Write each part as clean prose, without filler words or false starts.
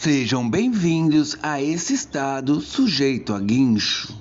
Sejam bem-vindos a esse estado sujeito a guincho.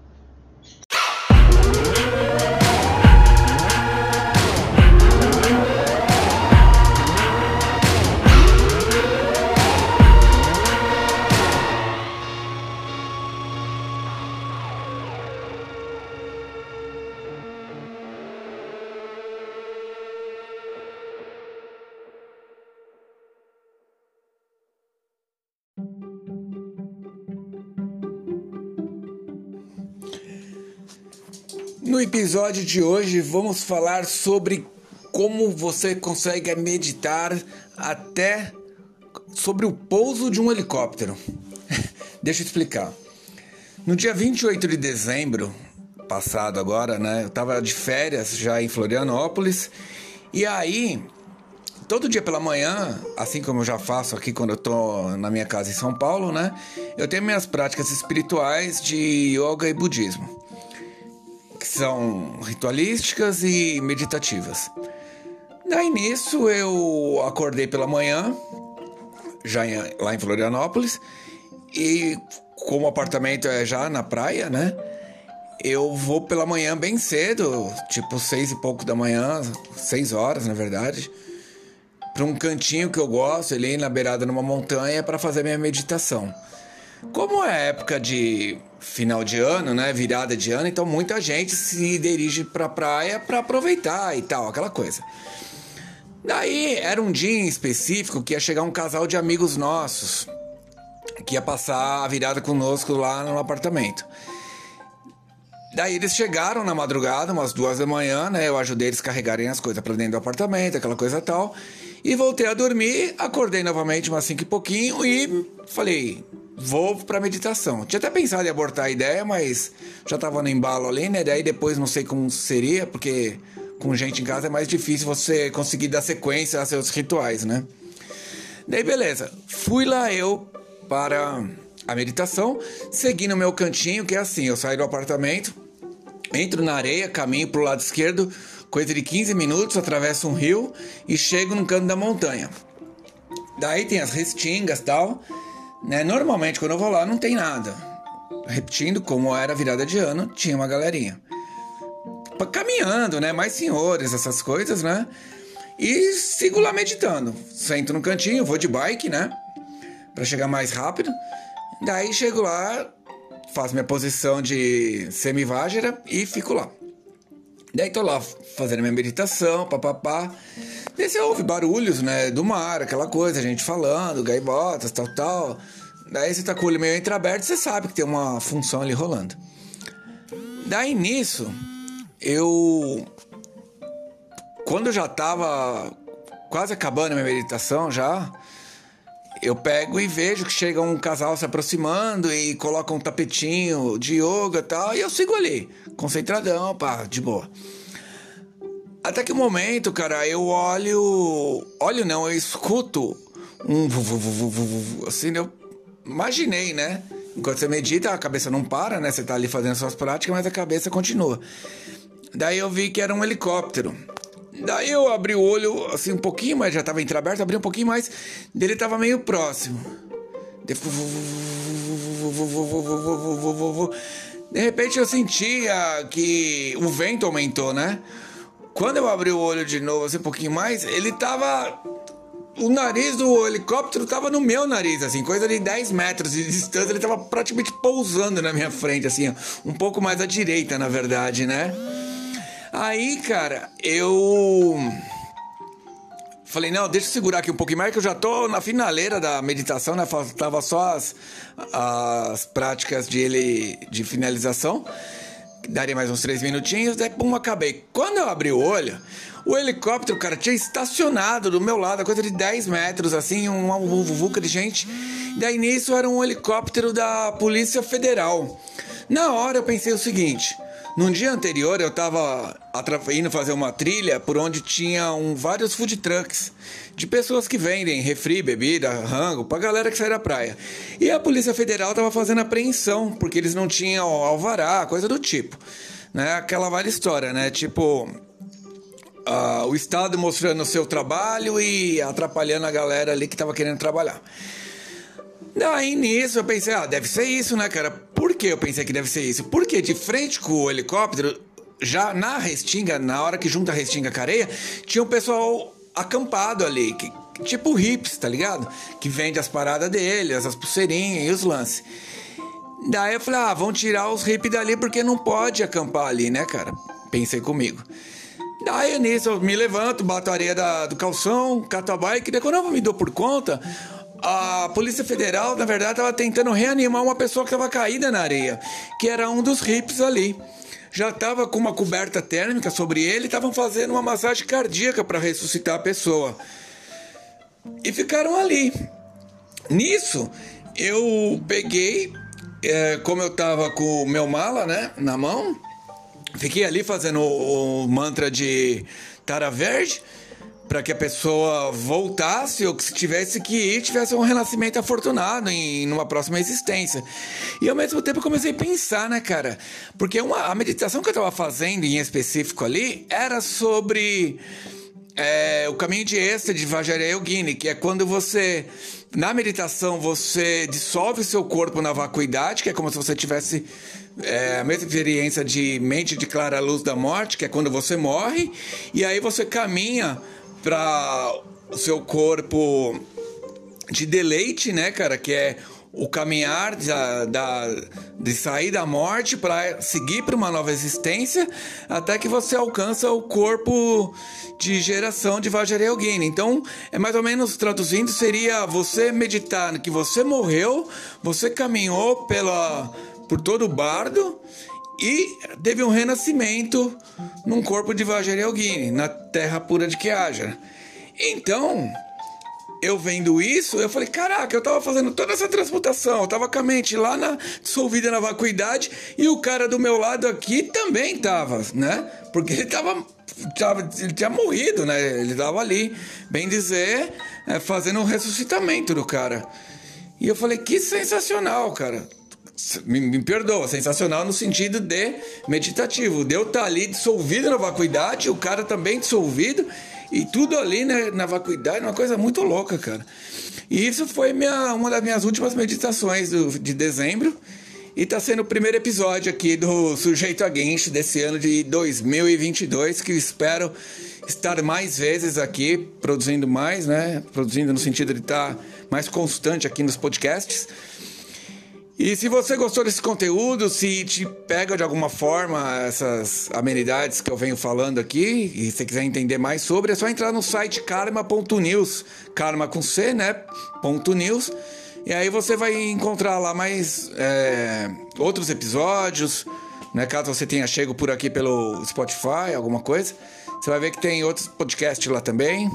No episódio de hoje vamos falar sobre como você consegue meditar até sobre o pouso de um helicóptero. Deixa eu explicar. No dia 28 de dezembro passado agora, eu tava de férias já em Florianópolis e aí todo dia pela manhã, assim como eu já faço aqui quando eu tô na minha casa em São Paulo, eu tenho minhas práticas espirituais de yoga e budismo, que são ritualísticas e meditativas. Daí nisso eu acordei pela manhã, lá em Florianópolis, e como o apartamento é já na praia, eu vou pela manhã bem cedo, tipo 6 e pouco da manhã, 6 horas na verdade, para um cantinho que eu gosto, ali na beirada numa montanha, para fazer minha meditação. Como é época de final de ano, virada de ano, então muita gente se dirige pra praia pra aproveitar e tal, aquela coisa. Daí era um dia em específico que ia chegar um casal de amigos nossos, que ia passar a virada conosco lá no apartamento. Daí eles chegaram na madrugada, umas 2 da manhã, eu ajudei eles a carregarem as coisas pra dentro do apartamento, aquela coisa tal, e voltei a dormir, acordei novamente umas 5 e pouquinho e falei, vou pra meditação. Tinha até pensado em abortar a ideia, mas já tava no embalo ali, Daí depois não sei como seria, porque com gente em casa é mais difícil você conseguir dar sequência a seus rituais, Daí beleza, fui lá eu para a meditação, segui no meu cantinho, que é assim, eu saio do apartamento, entro na areia, caminho pro lado esquerdo, coisa de 15 minutos, atravesso um rio e chego no canto da montanha. Daí tem as restingas e tal, Normalmente quando eu vou lá não tem nada. Repetindo, como era virada de ano, tinha uma galerinha caminhando, mais senhores, essas coisas, E sigo lá meditando. Sento no cantinho, vou de bike, pra chegar mais rápido. Daí chego lá, faço minha posição de semi-vágera e fico lá. Daí tô lá fazendo minha meditação, papapá. Daí você ouve barulhos, do mar, aquela coisa, a gente falando, gaivotas, tal. Daí você tá com o olho meio entreaberto, você sabe que tem uma função ali rolando. Daí nisso, quando eu já tava quase acabando a minha meditação já, eu pego e vejo que chega um casal se aproximando e coloca um tapetinho de yoga e tal, e eu sigo ali, concentradão, de boa. Até que um momento, cara, eu eu escuto um assim, eu imaginei, Enquanto você medita, a cabeça não para, Você tá ali fazendo suas práticas, mas a cabeça continua. Daí eu vi que era um helicóptero. Daí eu abri o olho, assim, um pouquinho, mas já tava entreaberto, abri um pouquinho mais, dele tava meio próximo. De repente eu sentia que o vento aumentou, Quando eu abri o olho de novo, assim, um pouquinho mais, o nariz do helicóptero tava no meu nariz, assim, coisa de 10 metros de distância, ele tava praticamente pousando na minha frente, assim, um pouco mais à direita, na verdade, Aí, cara, eu falei, não, deixa eu segurar aqui um pouquinho mais, que eu já tô na finaleira da meditação, Faltava só as práticas de finalização, daria mais uns 3 minutinhos, daí pum, acabei. Quando eu abri o olho, o helicóptero, cara, tinha estacionado do meu lado, coisa de 10 metros, assim, uma vuvuca de gente. Daí nisso era um helicóptero da Polícia Federal. Na hora eu pensei o seguinte, no dia anterior eu tava indo fazer uma trilha por onde tinham vários food trucks de pessoas que vendem refri, bebida, rango, pra galera que sai da praia. E a Polícia Federal tava fazendo apreensão, porque eles não tinham alvará, coisa do tipo. Aquela velha história, tipo, o Estado mostrando o seu trabalho e atrapalhando a galera ali que tava querendo trabalhar. Daí nisso eu pensei, deve ser isso, né, cara? Por que eu pensei que deve ser isso? Porque de frente com o helicóptero, já na Restinga, na hora que junta a Restinga com a areia, tinha um pessoal acampado ali, tipo hips, tá ligado? Que vende as paradas deles, as pulseirinhas e os lances. Daí eu falei, vão tirar os hippies dali porque não pode acampar ali, né, cara? Pensei comigo. Daí nisso eu me levanto, bato a areia do calção, cato a bike, daí quando eu me dou por conta, a Polícia Federal, na verdade, estava tentando reanimar uma pessoa que estava caída na areia, que era um dos hips ali. Já estava com uma coberta térmica sobre ele, estavam fazendo uma massagem cardíaca para ressuscitar a pessoa. E ficaram ali. Nisso, eu peguei, como eu estava com o meu mala, né, na mão, fiquei ali fazendo o mantra de Tara Verde, para que a pessoa voltasse, ou que se tivesse que ir, tivesse um renascimento afortunado numa próxima existência. E ao mesmo tempo eu comecei a pensar, né, cara? Porque a meditação que eu estava fazendo em específico ali era sobre o caminho de êxtase de Vajrayogini, que é quando você, na meditação, você dissolve o seu corpo na vacuidade, que é como se você tivesse a mesma experiência de mente de clara luz da morte, que é quando você morre, e aí você caminha para o seu corpo de deleite, né, cara, que é o caminhar de sair da morte para seguir para uma nova existência, até que você alcança o corpo de geração de Vajrayogini. Então, mais ou menos traduzindo, seria você meditar que você morreu, você caminhou por todo o bardo e teve um renascimento num corpo de Vajrayogini, na terra pura de Kheajara. Então, eu vendo isso, eu falei, caraca, eu tava fazendo toda essa transmutação, eu tava com a mente lá dissolvida na vacuidade, e o cara do meu lado aqui também tava, né? Porque ele tinha morrido, né? Ele tava ali, bem dizer, fazendo um ressuscitamento do cara. E eu falei, que sensacional, cara. Me perdoa, sensacional no sentido de meditativo. De eu estar ali dissolvido na vacuidade, o cara também dissolvido, e tudo ali, né, na vacuidade, uma coisa muito louca, cara. E isso foi uma das minhas últimas meditações de dezembro, e tá sendo o primeiro episódio aqui do Sujeito a Genshi desse ano de 2022, que eu espero estar mais vezes aqui, produzindo mais, né? Produzindo no sentido de estar mais constante aqui nos podcasts. E se você gostou desse conteúdo, se te pega de alguma forma essas amenidades que eu venho falando aqui, e se você quiser entender mais sobre, é só entrar no site karma.news, karma com C, né, .news, e aí você vai encontrar lá mais outros episódios, né, caso você tenha chego por aqui pelo Spotify, alguma coisa, você vai ver que tem outros podcasts lá também.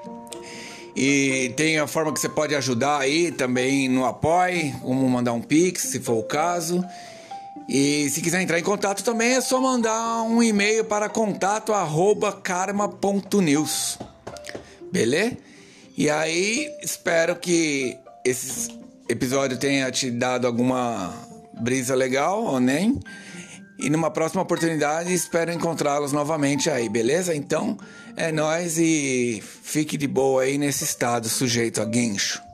E tem a forma que você pode ajudar aí também no Apoie, como mandar um Pix, se for o caso. E se quiser entrar em contato também é só mandar um e-mail para contato@karma.news. Beleza? E aí, espero que esse episódio tenha te dado alguma brisa legal, ou nem. E numa próxima oportunidade espero encontrá-los novamente aí, beleza? Então é nóis e fique de boa aí nesse estado sujeito a guincho.